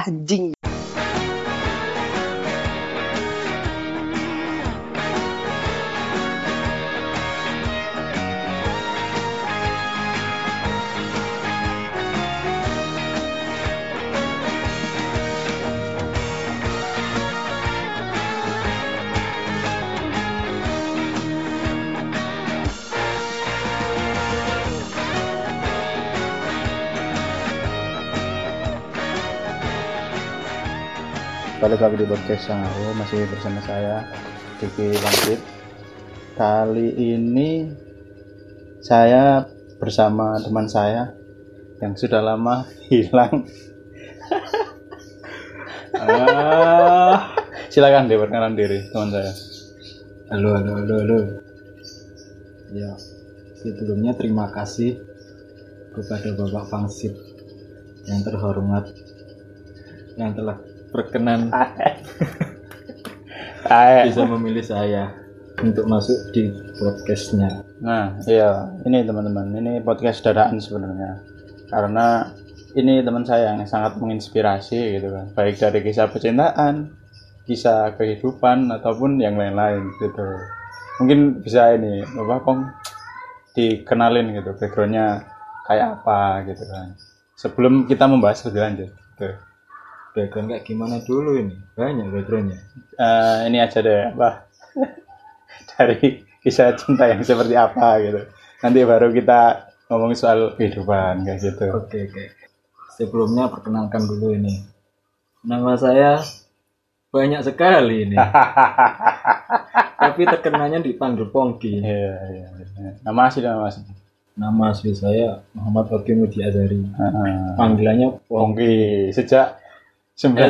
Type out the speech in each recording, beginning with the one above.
anjing. Balik lagi di podcast Sangaru, masih bersama saya Diki Langit. Kali ini saya bersama teman saya yang sudah lama hilang. Silakan perkenalan diri teman saya. Halo. Ya, sebelumnya terima kasih kepada Bapak Pangsit yang terhormat yang telah berkenan bisa memilih saya untuk masuk di podcastnya. Nah, iya, ini teman-teman, ini podcast dadakan sebenarnya. Karena ini teman saya yang sangat menginspirasi gitu kan, baik dari kisah percintaan, kisah kehidupan ataupun yang lain-lain gitu. Mungkin bisa ini, Bapak dikenalin gitu, backgroundnya kayak apa gitu kan. Sebelum kita membahas lebih lanjut. Gitu. Background kayak gimana dulu ini? Banyak backgroundnya. Ini aja deh, dari kisah cinta yang seperti apa gitu. Nanti baru kita ngomong soal kehidupan kayak gitu. Oke. Sebelumnya perkenalkan dulu ini. Nama saya banyak sekali ini. Tapi terkenalnya dipanggil Pongki. Iya. Nama asli. Nama asli saya Muhammad Oki Mudi Azari. Panggilannya Pongki sejak 19.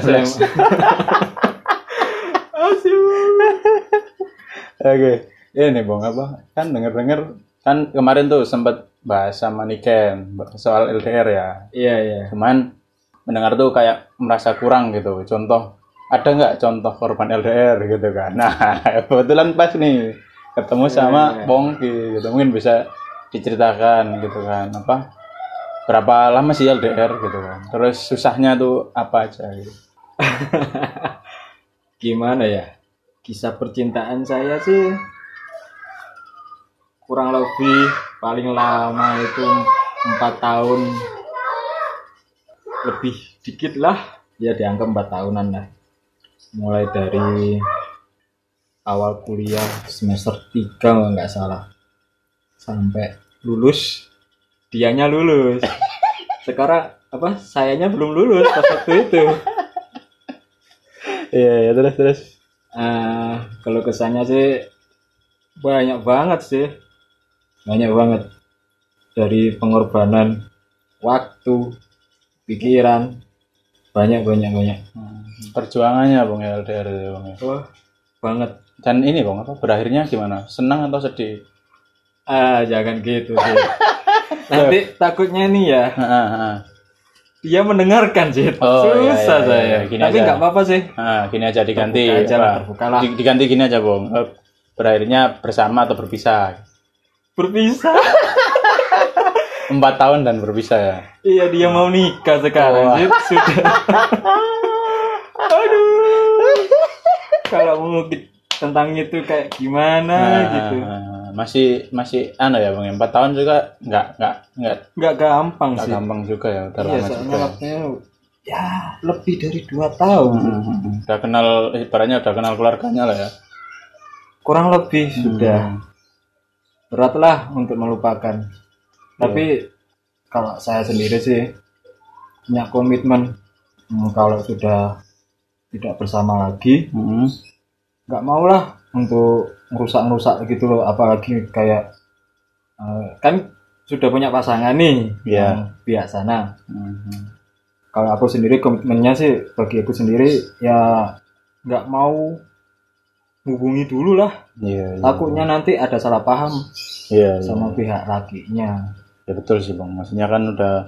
Oke. Ini Bang apa? Kan denger kan kemarin tuh sempat bahas sama Niken soal LDR ya. Iya. Cuman mendengar tuh kayak merasa kurang gitu. Contoh, ada nggak contoh korban LDR gitu kan? Nah, kebetulan pas nih ketemu sama Pongki gitu. Mungkin bisa diceritakan gitu kan, apa? Berapa lama sih LDR gitu kan? Terus susahnya tuh apa aja gitu. Gimana ya? Kisah percintaan saya sih kurang lebih paling lama itu 4 tahun. Lebih dikit lah. Ya dianggap 4 tahunan lah. Mulai dari awal kuliah semester 3 kalau nggak salah. Sampai lulus. Dianya lulus. Sekarang sayanya belum lulus pas waktu itu. Iya, terus. Kalau kesannya sih banyak banget sih. Banyak banget. Dari pengorbanan waktu, pikiran, banyak. Perjuangannya Bang LDR ya Bang. Wah, banget. Dan ini Bang berakhirnya gimana? Senang atau sedih? Jangan gitu sih. Nanti takutnya nih ya. Dia mendengarkan sih. Susah saya. Tapi nggak apa-apa sih. Gini aja diganti. Terbukalah. Diganti gini aja Bang. Berakhirnya bersama atau berpisah? Berpisah. 4 tahun dan berpisah ya. Iya, dia mau nikah sekarang. Sudah. Aduh. Kalau mungkin tentang itu kayak gimana gitu. Masih ya Bang, 4 tahun juga nggak gampang sih. Nggak gampang juga ya, Iya, soalnya waktunya ya lebih dari 2 tahun. Udah kenal, ibaratnya udah kenal keluarganya lah ya. Kurang lebih sudah. Beratlah untuk melupakan. Tapi kalau saya sendiri sih punya komitmen kalau sudah tidak bersama lagi, nggak maulah untuk ngerusak gitu loh, apalagi kayak kan sudah punya pasangan nih yang pihak sana. Kalau aku sendiri komitmennya sih bagi aku sendiri ya nggak mau hubungi dulu lah. Takutnya nanti ada salah paham sama pihak lakinya. Ya betul sih Bang, maksudnya kan udah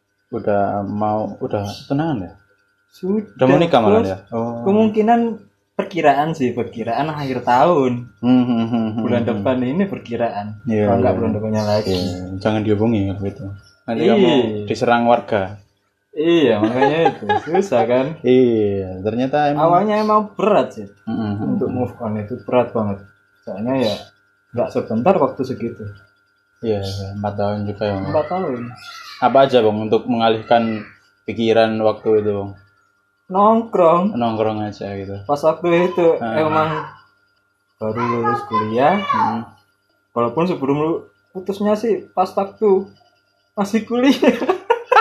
tunangan ya? Udah mau nikah malah ya? Kemungkinan perkiraan akhir tahun. Bulan depan ini perkiraan. Kalau nggak bulan depannya lagi. Jangan dihubungi gitu. Nanti kamu diserang warga. Iya, makanya itu susah kan. Iya, ternyata emang Awalnya emang berat sih. Mm-mm. Untuk move on itu berat banget. Soalnya ya nggak sebentar waktu segitu. Iya, iya, 4 tahun juga ya, Bang. 4 tahun. Apa aja, Bang, untuk mengalihkan pikiran waktu itu, Bang? Nongkrong. Nongkrong aja gitu. Pas waktu itu emang baru lulus kuliah. Mm. Walaupun sebelum putusnya sih pas waktu masih kuliah.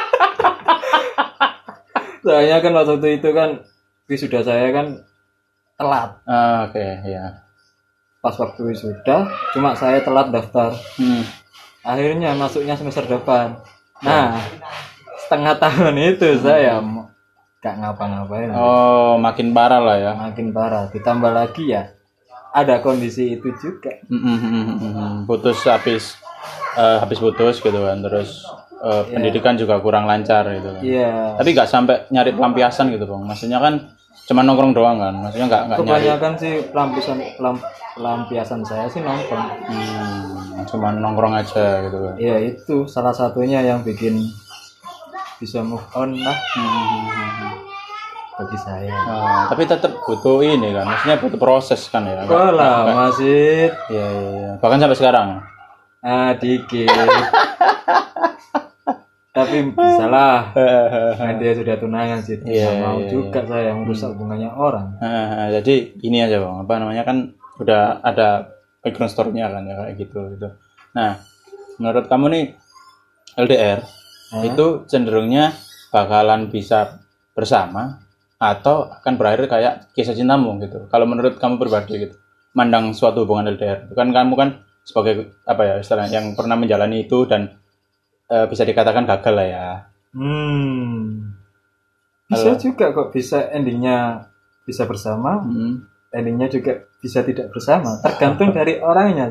Soalnya kan waktu itu kan wisuda saya kan telat. Oke, ya. Pas waktu wisuda cuma saya telat daftar. Hmm. Akhirnya masuknya semester depan. Nah, setengah tahun itu saya gak ngapa-ngapain. Oh, makin parah lah ya. Makin parah. Ditambah lagi ya ada kondisi itu juga. Putus habis putus gitu kan, terus pendidikan juga kurang lancar gitu kan. Iya. Tapi nggak sampai nyari pelampiasan gitu, Bang. Maksudnya kan cuma nongkrong doang kan. Maksudnya nggak nyari. Kebanyakan sih pelampiasan saya sih nongkrong. Cuma nongkrong aja gitu kan. Iya, itu salah satunya yang bikin bisa move on lah bagi saya. Tapi tetap butuh ini kan. Maksudnya butuh proses kan ya. Wah lah, masih. Iya. Bahkan sampai sekarang. Dikit. Tapi bisa lah. Kan dia sudah tunangan sih. Nggak mau juga saya merusak hubungannya orang. Jadi ini aja, Bang. Apa namanya kan udah ada background story-nya kan ya kayak gitu. Nah, menurut kamu nih LDR itu cenderungnya bakalan bisa bersama atau akan berakhir kayak kisah cintamu gitu. Kalau menurut kamu pribadi gitu, mandang suatu hubungan LDR, kan kamu kan sebagai apa ya istilahnya yang pernah menjalani itu dan bisa dikatakan gagal lah ya. Bisa juga kok, bisa endingnya bisa bersama, endingnya juga bisa tidak bersama, tergantung dari orangnya.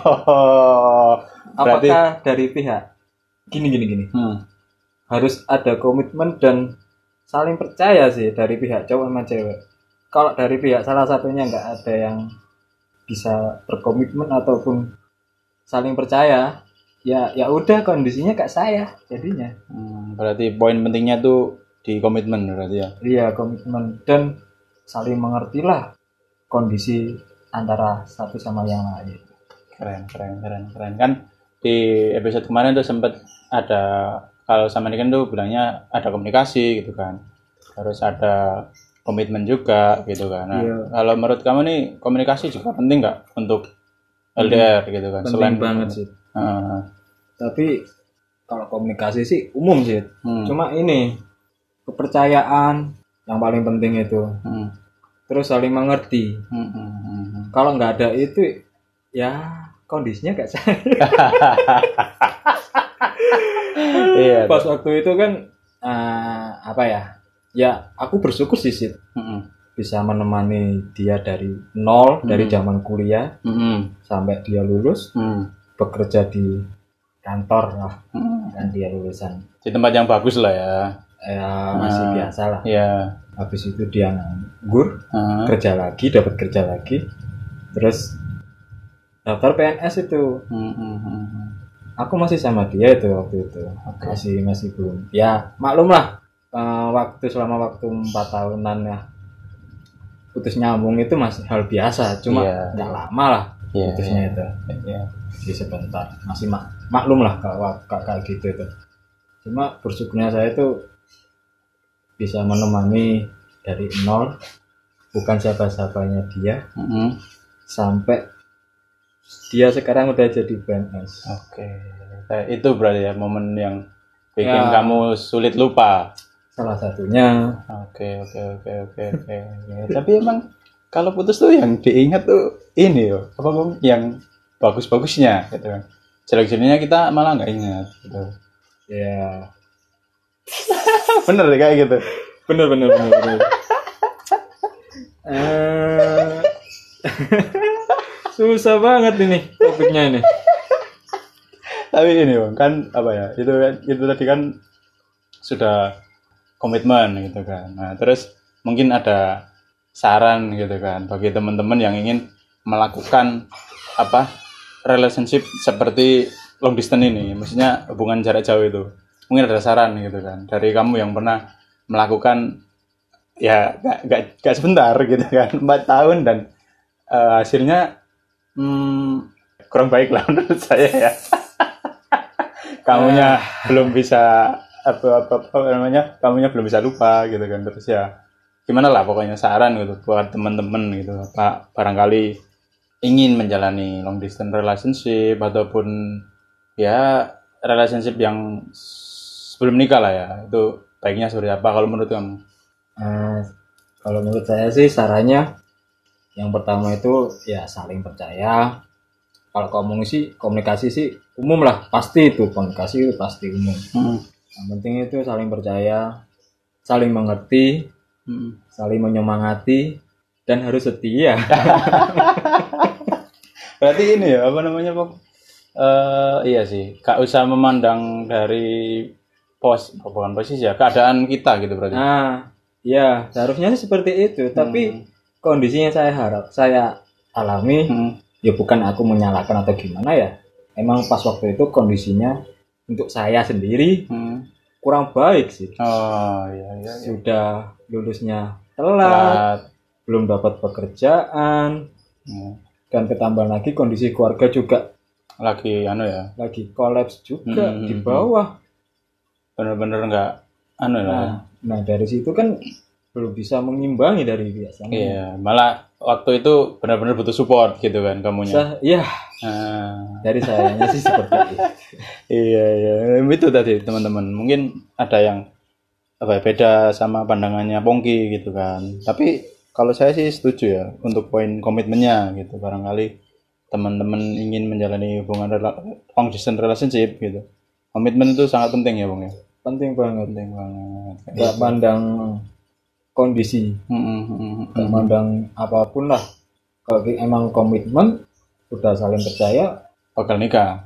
Apakah dari pihak gini. Harus ada komitmen dan saling percaya sih dari pihak cowok sama cewek. Kalau dari pihak salah satunya nggak ada yang bisa berkomitmen ataupun saling percaya, ya udah kondisinya kayak saya jadinya. Berarti poin pentingnya tuh di komitmen berarti ya. Iya, komitmen dan saling mengertilah kondisi antara satu sama yang lain. Keren. Kan di episode kemarin tuh sempat ada, kalau sama ini kan tuh bilangnya ada komunikasi gitu kan. Harus ada komitmen juga gitu kan. Nah, kalau menurut kamu nih komunikasi juga penting nggak untuk LDR gitu kan? Penting selain banget sih. Tapi kalau komunikasi sih umum sih. Cuma ini kepercayaan yang paling penting itu. Terus saling mengerti. Kalau nggak ada itu ya kondisinya kayak saya. Iya. Pas waktu itu kan apa ya? Ya aku bersyukur sih Sid. Bisa menemani dia dari nol, dari zaman kuliah sampai dia lulus, bekerja di kantor lah, dan dia lulusan di tempat yang bagus lah ya. Ya masih biasa lah. Iya. Habis itu dia nganggur, kerja lagi, dapat kerja lagi, terus daftar PNS itu. Aku masih sama dia itu waktu itu. Masih belum. Ya maklum lah. Selama waktu 4 tahunan ya putus nyambung itu masih hal biasa, cuma nggak lama lah putusnya itu. Jadi sebentar, masih maklum lah kalau kayak gitu itu. Cuma bersyukurnya saya itu bisa menemani dari nol, bukan siapa-siapanya dia, sampai dia sekarang udah jadi PNS. Itu berarti ya momen yang bikin kamu sulit lupa. Salah satunya. Oke. Tapi emang kalau putus tuh yang diingat tuh ini yo, apa Bang? Yang bagus-bagusnya gitu kan. Jelek-jeleknya kita malah nggak ingat gitu. Ya. Bener deh kayak gitu. Bener. Susah banget ini topiknya ini. Tapi ini Bang, kan apa ya? Itu tadi kan sudah komitmen gitu kan. Nah, terus mungkin ada saran gitu kan bagi teman-teman yang ingin melakukan relationship seperti long distance ini, maksudnya hubungan jarak jauh itu. mungkin ada saran gitu kan dari kamu yang pernah melakukan ya gak sebentar gitu kan 4 tahun dan hasilnya kurang baik lah menurut saya ya. Kamunya belum bisa apa namanya, kamunya belum bisa lupa gitu kan. Terus ya gimana lah pokoknya saran gitu buat teman-teman gitu, apa barangkali ingin menjalani long distance relationship ataupun ya relationship yang sebelum nikah lah ya, itu baiknya seperti apa kalau menurut kamu? Kalau menurut saya sih sarannya yang pertama itu ya saling percaya. Kalau komunikasi sih umum lah, pasti itu komunikasi itu pasti umum. Yang penting itu saling percaya, saling mengerti, saling menyemangati, dan harus setia. Berarti ini ya apa namanya Pak? Iya sih, gak usah memandang dari bukan posisi ya, keadaan kita gitu berarti. Nah, ya seharusnya sih seperti itu. Tapi kondisinya saya alami. Ya bukan aku menyalahkan atau gimana ya. Emang pas waktu itu kondisinya untuk saya sendiri kurang baik sih. Oh iya. Sudah lulusnya telat. Belum dapat pekerjaan. Dan ketambah lagi kondisi keluarga juga lagi lagi kolaps juga di bawah. Bener-bener enggak ya. Nah dari situ kan belum bisa mengimbangi dari biasanya. Iya, malah waktu itu benar-benar butuh support gitu kan kamunya. Iya. Dari sayanya sih seperti itu. Iya, itu tadi teman-teman. Mungkin ada yang beda sama pandangannya Pongki gitu kan. Tapi kalau saya sih setuju ya untuk poin komitmennya gitu. Barangkali teman-teman ingin menjalani hubungan long distance relationship gitu. Komitmen itu sangat penting ya, Bang ya. Penting banget. Gak pandang kondisi, gak pandang apapun lah. Kalau emang komitmen, udah saling percaya, bakal nikah.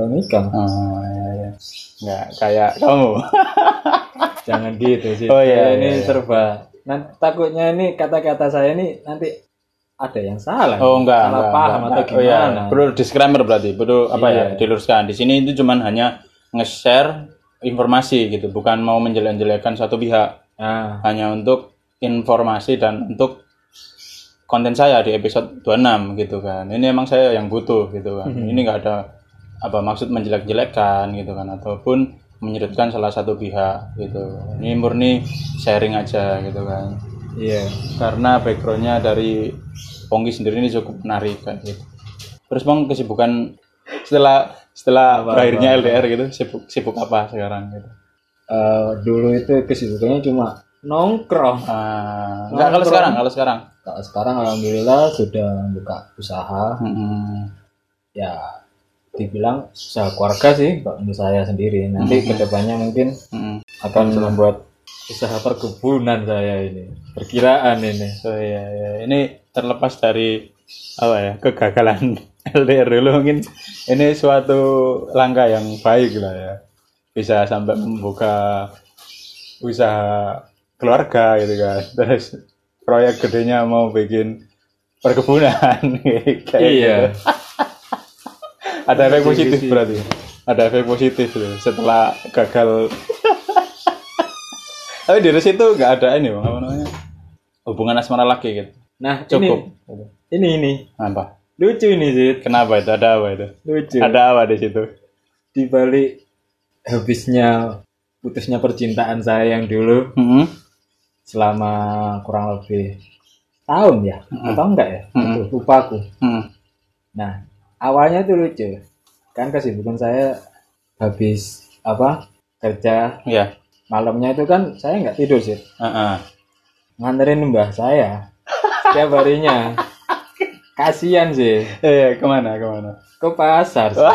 Iya. Nggak kayak kamu. Jangan gitu sih. Oh iya. Ini serba. Nah, takutnya ini kata-kata saya ini nanti ada yang salah. Oh enggak. Salah paham atau gimana? Oh, iya. Perlu disclaimer berarti. Perlu diluruskan. Di sini itu cuman hanya nge-share informasi gitu, bukan mau menjelek-jelekan satu pihak. Hanya untuk informasi dan untuk konten saya di episode 26 gitu kan. Ini emang saya yang butuh gitu kan. Ini enggak ada maksud menjelek-jelekan gitu kan ataupun menyudutkan salah satu pihak gitu. Ini murni sharing aja gitu kan. Iya. Karena backgroundnya dari Pongki sendiri ini cukup menarik kan gitu. Terus Pong kesibukan setelah berakhirnya LDR gitu, sibuk apa sekarang gitu? Dulu itu kesibukannya cuma nongkrong. Enggak, kalau sekarang? Kalau sekarang alhamdulillah sudah buka usaha. Ya dibilang usaha keluarga sih untuk saya sendiri. Nanti kedepannya mungkin akan membuat usaha perkebunan saya ini. Perkiraan ini. So ya. Ini terlepas dari kegagalan LDR dulu, mungkin ini suatu langkah yang baik lah ya. Bisa sampai membuka usaha keluarga gitu kan. Terus proyek gedenya mau bikin perkebunan kayak iya. Gitu. Ada efek positif berarti. Ada efek positif loh setelah gagal. Tapi di situ nggak ada ini apa namanya hubungan asmara lagi gitu. Nah cukup. Ini. Apa? Lucu ini sih. Kenapa itu? Ada apa itu? Lucu. Ada apa di situ? Di balik habisnya putusnya percintaan saya yang dulu selama kurang lebih tahun ya atau enggak ya? Lupa aku. Nah awalnya tuh lucu kan, kesibukan saya habis kerja. Iya. Malamnya itu kan saya nggak tidur sih. Nganterin mbah saya setiap harinya. Kasian sih. Kemana? Ke pasar sih.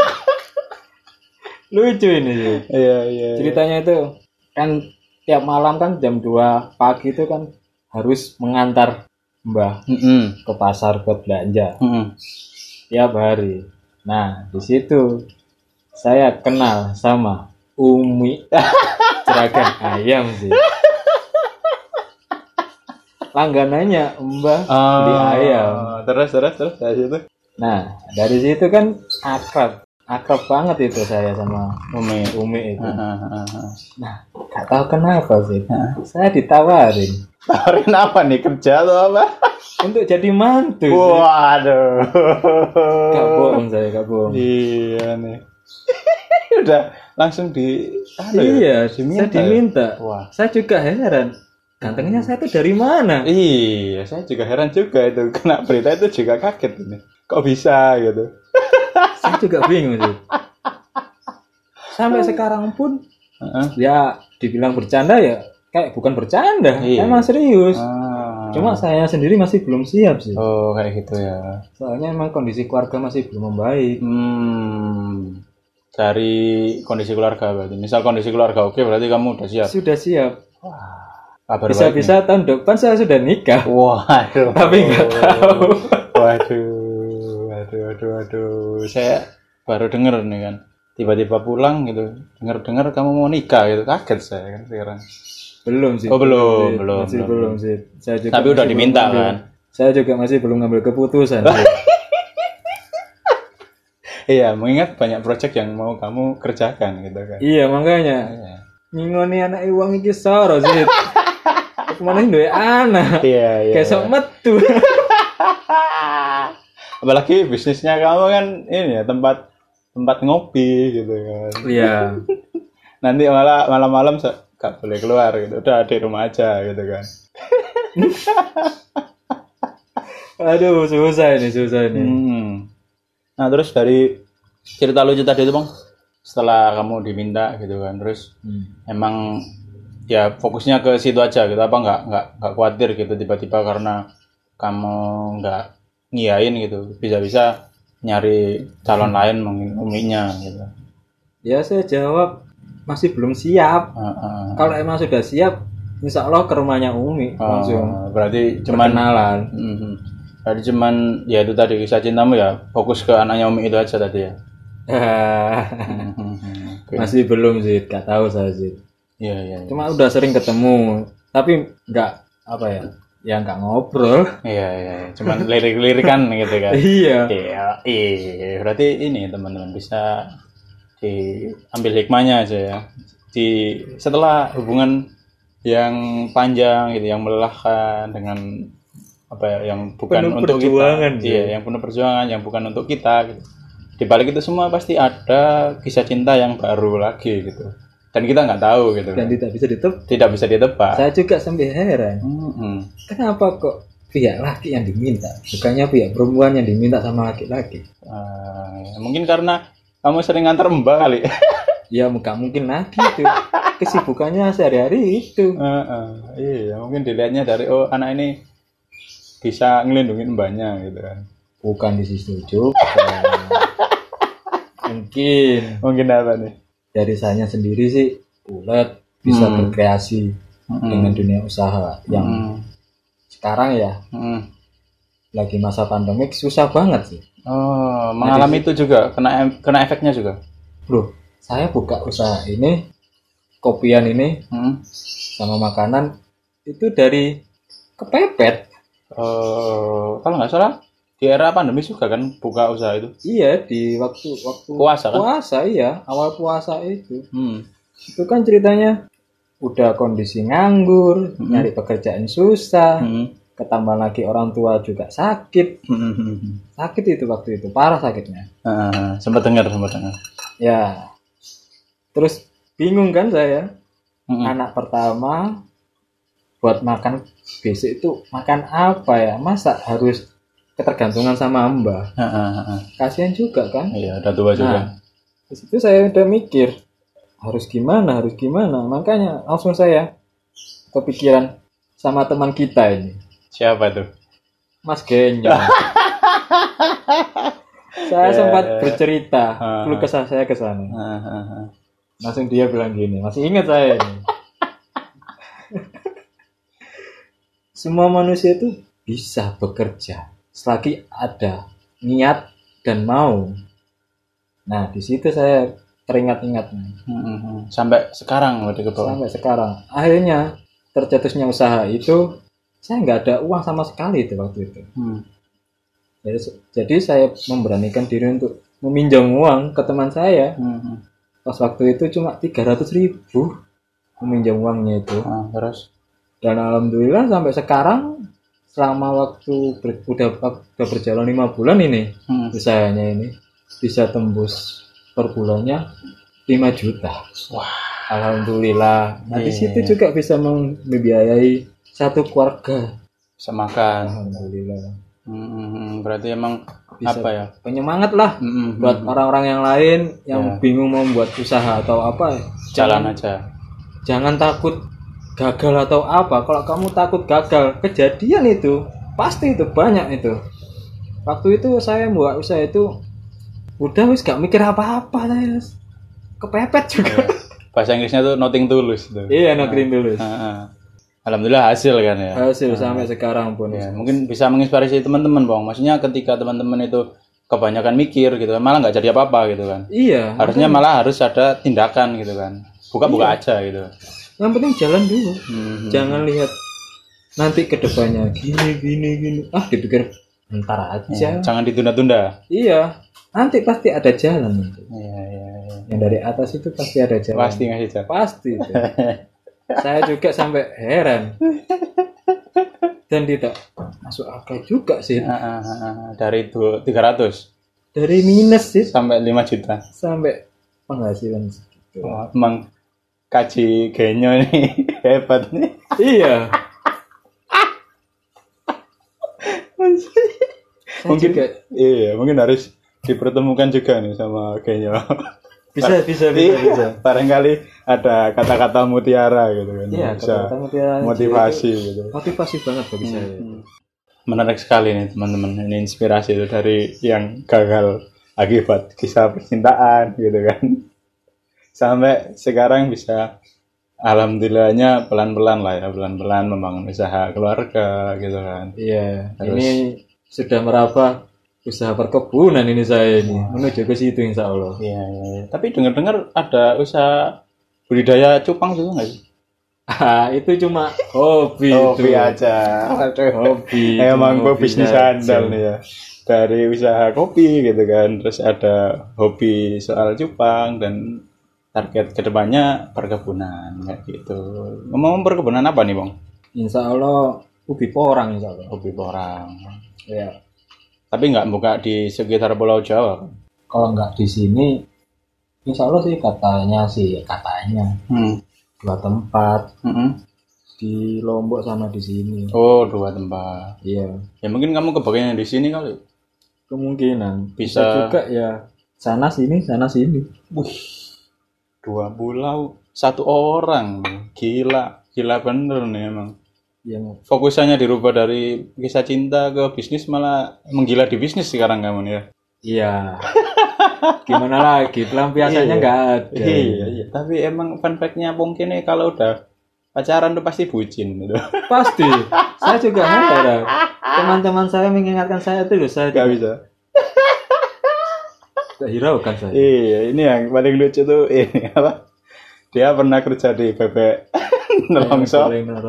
Lucu ini sih. Iya. Ceritanya itu kan tiap malam kan jam 2 pagi itu kan harus mengantar mbah ke pasar buat belanja. Tiap hari. Nah, di situ saya kenal sama Umi jeragan ayam sih. Langganannya mbah beli ayam. Terus dari situ. Nah, dari situ kan akrab. akrab banget itu saya sama Umi itu. Nah, gak tahu kenapa sih. Saya ditawarin. Tawarin apa nih, kerja atau apa? Untuk jadi mantu. Waduh. Gak bohong saya, gak bohong. Iya nih. Udah langsung Iya, saya diminta. Wah. Saya juga heran. Gantengnya saya itu dari mana? Iya, saya juga heran juga itu. Kena berita itu juga kaget ini. Kok bisa gitu? Saya juga bingung sih. Sampai sekarang pun ya dibilang bercanda ya kayak bukan bercanda, emang serius. Cuma saya sendiri masih belum siap sih. Oh, kayak gitu ya. Soalnya emang kondisi keluarga masih belum membaik. Dari kondisi keluarga berarti. Misal kondisi keluarga oke, berarti kamu udah siap. Sudah siap. Wah, kabar bisa-bisa tahun depan saya sudah nikah. Waduh. Tapi nggak tahu. Waduh. Saya baru dengar nih kan. Tiba-tiba pulang gitu. Dengar kamu mau nikah gitu. Kaget saya kan sekarang. Belum sih. Oh, belum. Masih belum sih. Saya juga tapi udah diminta kan. Saya juga masih belum ngambil keputusan. Iya, mengingat banyak proyek yang mau kamu kerjakan gitu kan. Iya, makanya. Ngingoni anak uang iki soro sih. Kemana duwe anak. Iya. Kesok metu. Apalagi bisnisnya kamu kan ini ya, tempat ngopi gitu kan. Iya. Nanti malah malam-malam gak boleh keluar gitu. Udah di rumah aja gitu kan. Aduh, susah ini. Nah, terus dari cerita lucu tadi itu, Bang, setelah kamu diminta gitu kan, terus emang ya fokusnya ke situ aja gitu, apa nggak khawatir gitu tiba-tiba karena kamu nggak ngiyain gitu, bisa-bisa nyari calon lain mungkin uminya gitu. Ya saya jawab masih belum siap. Kalau emang sudah siap, insya Allah ke rumahnya Umi langsung. Berarti cuman kenalan. Berarti cuman ya itu tadi kisah cintamu ya, fokus ke anaknya Umi itu aja tadi ya. Okay. Masih belum sih, gak tahu saya sih. Iya. Cuma udah sering ketemu, tapi nggak apa ya, nggak ngobrol. Iya. Cuman lirik-lirikan gitu kan. Iya. Berarti ini teman-teman bisa diambil hikmahnya aja ya. Setelah hubungan yang panjang gitu, yang melelahkan dengan apa ya, yang bukan penuh untuk kita. Iya, yang penuh perjuangan, yang bukan untuk kita gitu. Di balik itu semua pasti ada kisah cinta yang baru lagi gitu. Dan kita nggak tahu gitu. Dan tidak bisa ditebak. Saya juga sampai heran. Kenapa kok pihak laki yang diminta, bukannya pihak perempuan yang diminta sama laki-laki? Mungkin karena kamu sering nganter mbak kali. Ya nggak mungkin lagi itu. Kesibukannya sehari-hari itu. Iya, mungkin dilihatnya dari anak ini bisa ngelindungin mbaknya gitu kan. Bukan di situ juga. Mungkin apa nih? Dari saya sendiri sih ulet bisa berkreasi dengan dunia usaha yang sekarang ya lagi masa pandemik susah banget sih. Mengalami itu juga kena efeknya juga. Bro, saya buka usaha ini kopian ini sama makanan itu dari kepepet. Kalau nggak salah di era pandemi juga kan buka usaha itu. Iya, di waktu puasa kan? Puasa iya, awal puasa itu. Itu kan ceritanya udah kondisi nganggur, nyari pekerjaan susah, ketambah lagi orang tua juga sakit. Sakit itu waktu itu, parah sakitnya. Sempat dengar. Ya. Terus bingung kan saya. Anak pertama buat makan besok itu makan apa ya? Masa harus ketergantungan sama mbah? Kasihan juga kan? Iya, udah tua juga. Di situ saya udah mikir harus gimana. Makanya langsung saya kepikiran sama teman kita ini. Siapa tuh? Mas Genyong. Saya sempat bercerita keluh kesah saya ke sana. Langsung dia bilang gini, masih ingat saya ini. Semua manusia itu bisa bekerja selagi ada niat dan mau. Nah, di situ saya teringat-ingat. Sampai sekarang Sampai sekarang. Akhirnya tercetusnya usaha itu saya nggak ada uang sama sekali itu waktu itu. Jadi saya memberanikan diri untuk meminjam uang ke teman saya. Hmm. Pas waktu itu cuma 300.000 meminjam uangnya itu. Terus Dan alhamdulillah sampai sekarang selama waktu udah berjalan 5 bulan ini usahanya ini bisa tembus per bulannya 5 juta. Wah, alhamdulillah. Nah, di situ juga bisa membiayai satu keluarga. Bisa makan. Alhamdulillah. Berarti emang Bisa apa ya? penyemangat lah buat orang-orang yang lain yang bingung mau buat usaha atau apa. Jalan aja. Jangan takut gagal atau apa. Kalau kamu takut gagal, kejadian itu pasti itu banyak itu. Waktu itu saya buat usaha itu udah wis gak mikir apa-apa, saya kepepet juga. Bahasa Inggrisnya tuh nothing tulus tuh. Iya, nothing tulus. Alhamdulillah hasil kan ya. Hasil sampai sekarang pun. Ya, mungkin bisa menginspirasi teman-teman, Bang. Maksudnya ketika teman-teman itu kebanyakan mikir gitu kan, malah nggak jadi apa-apa gitu kan. Iya. Harusnya malah harus ada tindakan gitu kan. Buka-buka aja gitu. Yang penting jalan dulu. Jangan lihat nanti ke depannya gini. Dipikir ntar aja. Jangan ditunda-tunda. Iya. Nanti pasti ada jalan. Iya. Yang dari atas itu pasti ada jalan. Pasti ngasih jalan. Pasti itu. Saya juga sampai heran. Dan tidak masuk akal juga sih. Dari 300. Dari minus sih sampai 5 juta. Sampai penghasilan segitu. Emang kaji genyo nih hebat nih. Iya. mungkin harus dipertemukan juga nih sama genyo. Bisa. Barangkali ada kata-kata mutiara gitu kan. Iya, kata-kata mutiara. Motivasi gitu. Motivasi banget bagi saya. Menarik sekali nih teman-teman. Ini inspirasi itu dari yang gagal akibat kisah percintaan gitu kan. Sampai sekarang bisa alhamdulillahnya pelan-pelan lah ya, pelan-pelan membangun usaha keluarga gitu kan. Iya. Terus, ini sudah meraba usaha perkebunan ini saya ini menuju ke situ insya Allah. Iya. Tapi dengar-dengar ada usaha budidaya cupang juga nggak sih? Itu cuma hobi aja. Hobi. Emang gue bisnis handal nih ya. Dari usaha kopi gitu kan, terus ada hobi soal cupang dan target kedepannya perkebunan kayak gitu. Ngomong perkebunan apa nih, Bang? Insya Allah ubi porang insya Allah. Ubi porang. Ya. Tapi nggak buka di sekitar Pulau Jawa kan? Kalau nggak di sini, insya Allah sih katanya 2 tempat di Lombok sama di sini. Oh, 2 tempat. Iya. Ya mungkin kamu kebagian di sini kali. Kemungkinan. Bisa juga ya. Sana sini. Wih, 2 pulau 1 orang, gila bener nih emang. Yang fokusannya dirubah dari kisah cinta ke bisnis malah menggila di bisnis sekarang kamu nih ya. Iya. Gimana lagi? Pelampiasannya nggak ada. Iya. Tapi emang fun fact-nya mungkin nih kalau udah pacaran tuh pasti bucin gitu. Pasti. Saya juga heran. Teman-teman saya mengingatkan saya tuh loh, saya nggak bisa. Gak hiraukan saya. Iya, ini yang paling lucu tuh ini apa? Dia pernah kerja di bebek nelongso.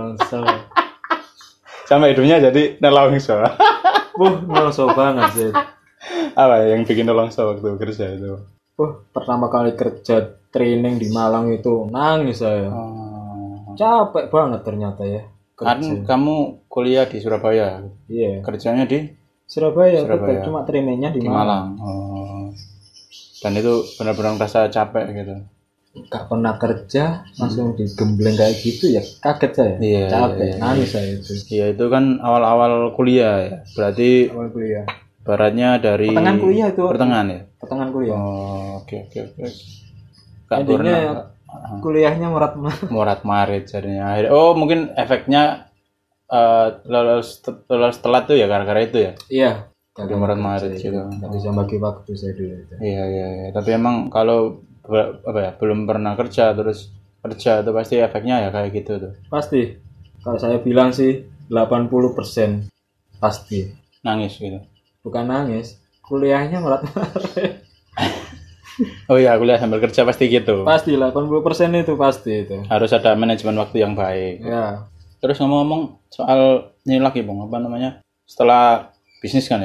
Sama hidupnya jadi nelongso. Nelongso banget sih. Apa yang bikin nelongso waktu kerja itu? Pertama kali kerja training di Malang itu nangis saya. Capek banget ternyata ya. Kan kamu kuliah di Surabaya. Iya. Kerjanya di Surabaya. Cuma trainingnya di Malang. Dan itu benar-benar rasa capek gitu. Gak pernah kerja langsung digembleng kayak gitu ya, kaget saya. Iya, capek, nangis saya itu. Iya, itu kan awal-awal kuliah ya. Berarti awal kuliah. Baratnya dari pertengahan kuliah itu. Pertengahan ya? Pertengahan kuliah. Oh, oke. Intinya kuliahnya Morat marit jadinya. Oh, mungkin efeknya lolos telat tuh ya gara-gara itu ya? Iya. Dari morat marit gitu. Nggak bisa bagi waktu saya dulu itu. Iya. Tapi emang kalau belum pernah kerja terus kerja itu pasti efeknya ya kayak gitu tuh. Pasti. Kalau saya bilang sih 80% pasti. Nangis gitu. Bukan nangis, kuliahnya morat-marit. Oh iya, kuliah sambil kerja pasti gitu. Pasti 80% itu pasti itu. Harus ada manajemen waktu yang baik. Ya. Terus ngomong-ngomong soal ini lagi, Bang, apa namanya? Setelah bisnis kan ya.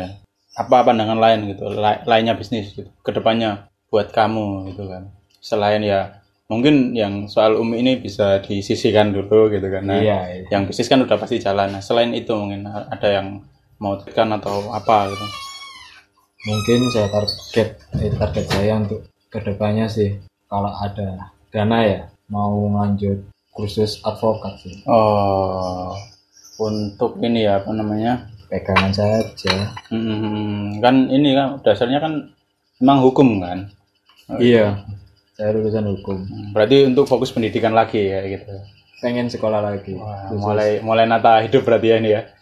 apa pandangan lain gitu, lainnya bisnis gitu, kedepannya buat kamu gitu kan. Selain ya mungkin yang soal Umi ini bisa disisihkan dulu gitu kan. Nah, Iya. yang bisnis kan udah pasti jalan. Nah, selain itu mungkin ada yang mau tekan atau apa gitu. Mungkin saya target saya untuk kedepannya sih kalau ada dana ya mau lanjut kursus advokat sih. Oh, untuk ini ya apa namanya? Pegangan saja. Kan ini kan dasarnya kan memang hukum kan. Iya. Saya lulusan hukum. Berarti untuk fokus pendidikan lagi ya gitu. Pengen sekolah lagi. Wah, mulai nata hidup berarti ya ini ya.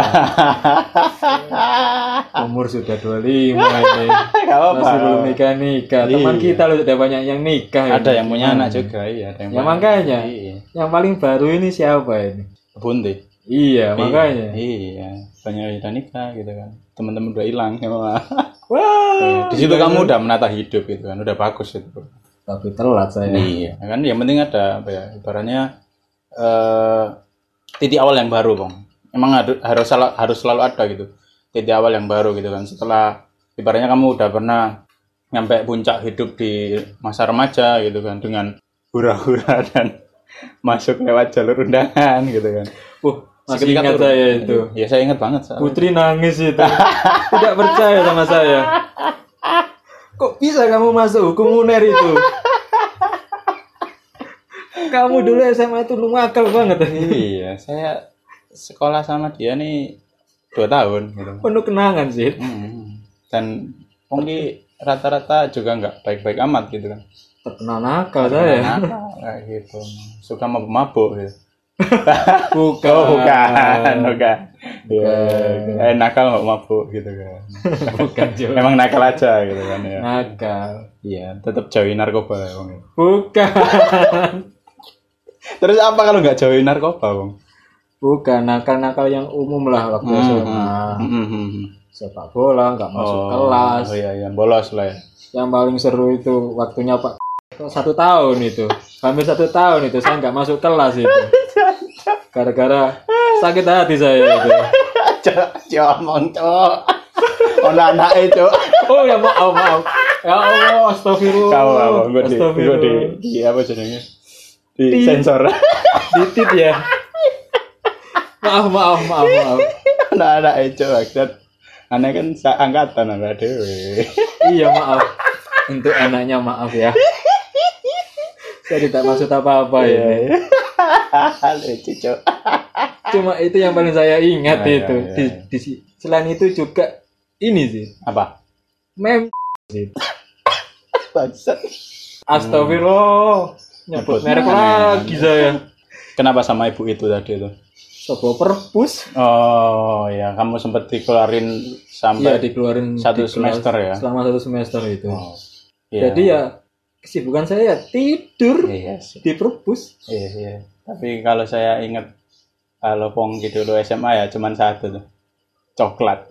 Umur sudah 25 ini. Gak apa-apa. Masih belum nikah. Teman Iya. kita loh sudah banyak yang nikah. Ada ini. yang punya anak juga, iya. Ada yang Ya makanya. Iya. Yang paling baru ini siapa ini? Bunti. Iya, makanya. Iya, banyak yang udah nikah gitu kan. Teman-teman udah hilang semua. Wah. Di situ kamu udah menata hidup gitu kan, udah bagus itu. Tapi telat saya. Iya, kan yang penting ada apa ya? Ibaratnya titik awal yang baru, Bang. Emang harus selalu ada gitu. Titik awal yang baru gitu kan. Setelah ibaratnya kamu udah pernah nyampe puncak hidup di masa remaja gitu kan dengan hura-hura dan masuk lewat jalur undangan gitu kan. Masih Seketika ingat turun. saya itu. Ya saya ingat banget. Putri nangis itu. Tidak percaya sama saya. Kok bisa kamu masuk hukum UNER itu? Kamu dulu SMA itu nakal banget. Iya, saya sekolah sama dia nih 2 tahun gitu. Penuh kenangan sih. Dan Pongki rata-rata juga nggak baik-baik amat gitu kan. Terkenal nakal saya. Nakal, kayak gitu. Suka mabuk gitu. Bukan. Bukan. Ya, nakal nggak mabuk gitu kan. Bukan juga. Emang nakal aja gitu kan ya. Nakal. Iya, tetap jauhi narkoba ya, Bang. Bukan. Terus apa kalau nggak jauhi narkoba, Bang? Bukan nakal-nakal yang umum lah waktu SMA. Sepak bola, nggak masuk kelas. Oh iya, bolos lah ya. Yang paling seru itu waktunya Pak 1 tahun itu. Hampir 1 tahun itu saya nggak masuk kelas itu. Gara-gara sakit hati saya itu. Omong cok. Anak itu. Oh ya maaf. Ya Allah, astagfirullah. Kau apa? Gue Astagfirullah. di apa jadinya? Di sensor. Ditit ya. Maaf. Anak itu maksud. Anak kan angkatan anak dewe. Iya maaf. Untuk anaknya maaf ya. Saya tidak maksud apa-apa ya. Lucu cok. Cuma itu yang paling saya ingat Ya, itu. ya. Selain itu juga ini sih. Apa? Mem sih. Bangsat. Astagfirullah. Nyebut merek lagi saya. Kenapa sama ibu itu tadi tuh? Sopo perpus. Oh ya, kamu sempat dikeluarin Iya, sampai dikeluarin satu di kelas semester ya? Selama 1 semester itu. Oh, iya. Jadi ya kesibukan saya tidur Iya sih. di perpus. Iya. Tapi kalau saya ingat kalau Pongki dulu SMA ya cuman satu tuh. Coklat.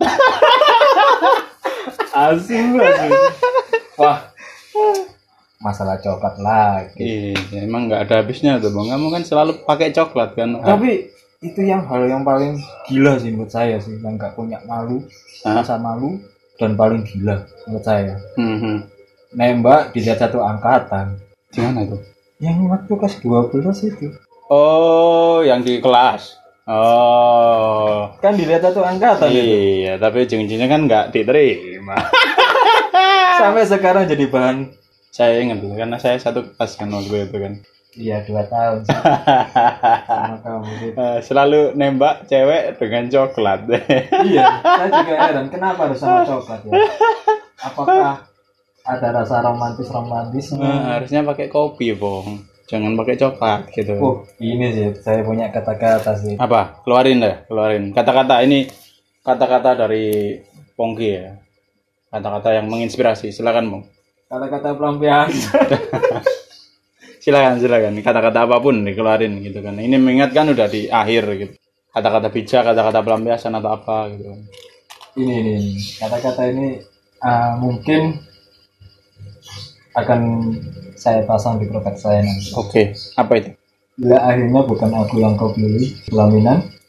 Asu. Wah. Masalah coklat lagi. Iya, emang nggak ada habisnya tuh Bang. Kamu kan selalu pakai coklat kan? Tapi itu yang hal yang paling gila sih menurut saya sih, yang nggak punya malu, rasa malu dan paling gila menurut saya. Nembak di satu angkatan. Gimana itu? Yang waktu kelas 12 itu. Oh, yang di kelas. Oh. Kan dilihat satu angkatan itu. Iya, tapi ujung-ujungnya kan nggak diterima. Sampai sekarang jadi bahan. Saya ingat tuh, karena saya satu kelas kan waktu itu kan. Iya 2 tahun sih. Sama kamu gitu. Selalu nembak cewek dengan coklat. Iya, saya juga heran kenapa harus sama coklat ya. Apakah ada rasa romantisnya? Harusnya pakai kopi, Bong. Jangan pakai coklat gitu. Oh, ini sih saya punya kata-kata sih. Apa? Keluarin kata-kata ini, kata-kata dari Pongki ya. Kata-kata yang menginspirasi. Silakan, Bong. Kata-kata pelampiasan. Silakan. Kata-kata apapun dikeluarin gitu kan. Ini mengingatkan udah di akhir gitu. Kata-kata bijak, kata-kata pelampiasan atau apa gitu kan. Ini kata-kata ini mungkin akan saya pasang di profil saya nanti. Oke, apa itu? Bila akhirnya bukan aku yang kau pilih, pelaminan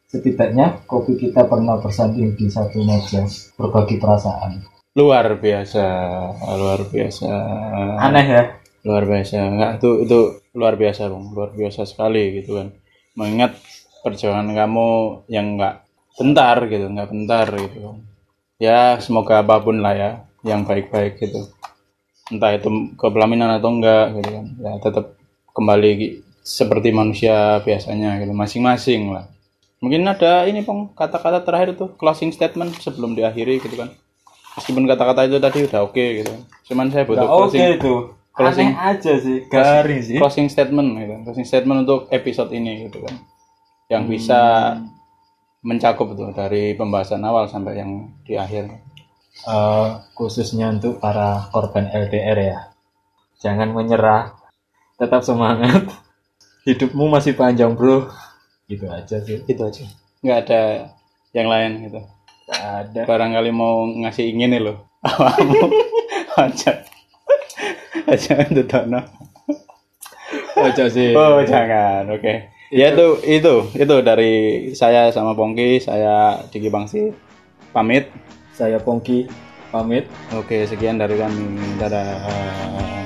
Setidaknya kopi kita pernah bersanding di satu meja, berbagi perasaan. Luar biasa, luar biasa. Aneh ya? Luar biasa. Enggak, itu luar biasa, Bang. Luar biasa sekali gitu kan. Mengingat perjuangan kamu yang enggak bentar gitu. Ya, semoga apapun lah ya, yang baik-baik gitu. Entah itu kepelaminan atau enggak gitu kan. Ya, tetap kembali seperti manusia biasanya gitu, masing-masing lah. Mungkin ada ini Pong, kata-kata terakhir tuh, closing statement sebelum diakhiri gitu kan. Meskipun kata-kata itu tadi udah oke gitu. Cuman saya butuh closing aneh aja sih, garing sih. Closing statement gitu. Closing statement untuk episode ini gitu kan. Yang bisa mencakup tuh dari pembahasan awal sampai yang di akhir. Khususnya untuk para korban LDR ya. Jangan menyerah, tetap semangat. Hidupmu masih panjang, Bro. Gitu aja sih. Itu aja. Nggak ada yang lain gitu. Nggak ada. Barangkali mau ngasih ingin nih loh. Aja itu Dono. Aja sih. Oh jangan, oke. Ya itu dari saya sama Pongki, saya Diki Bangsi pamit. Saya Pongki pamit. Oke, sekian dari kami. Dadah.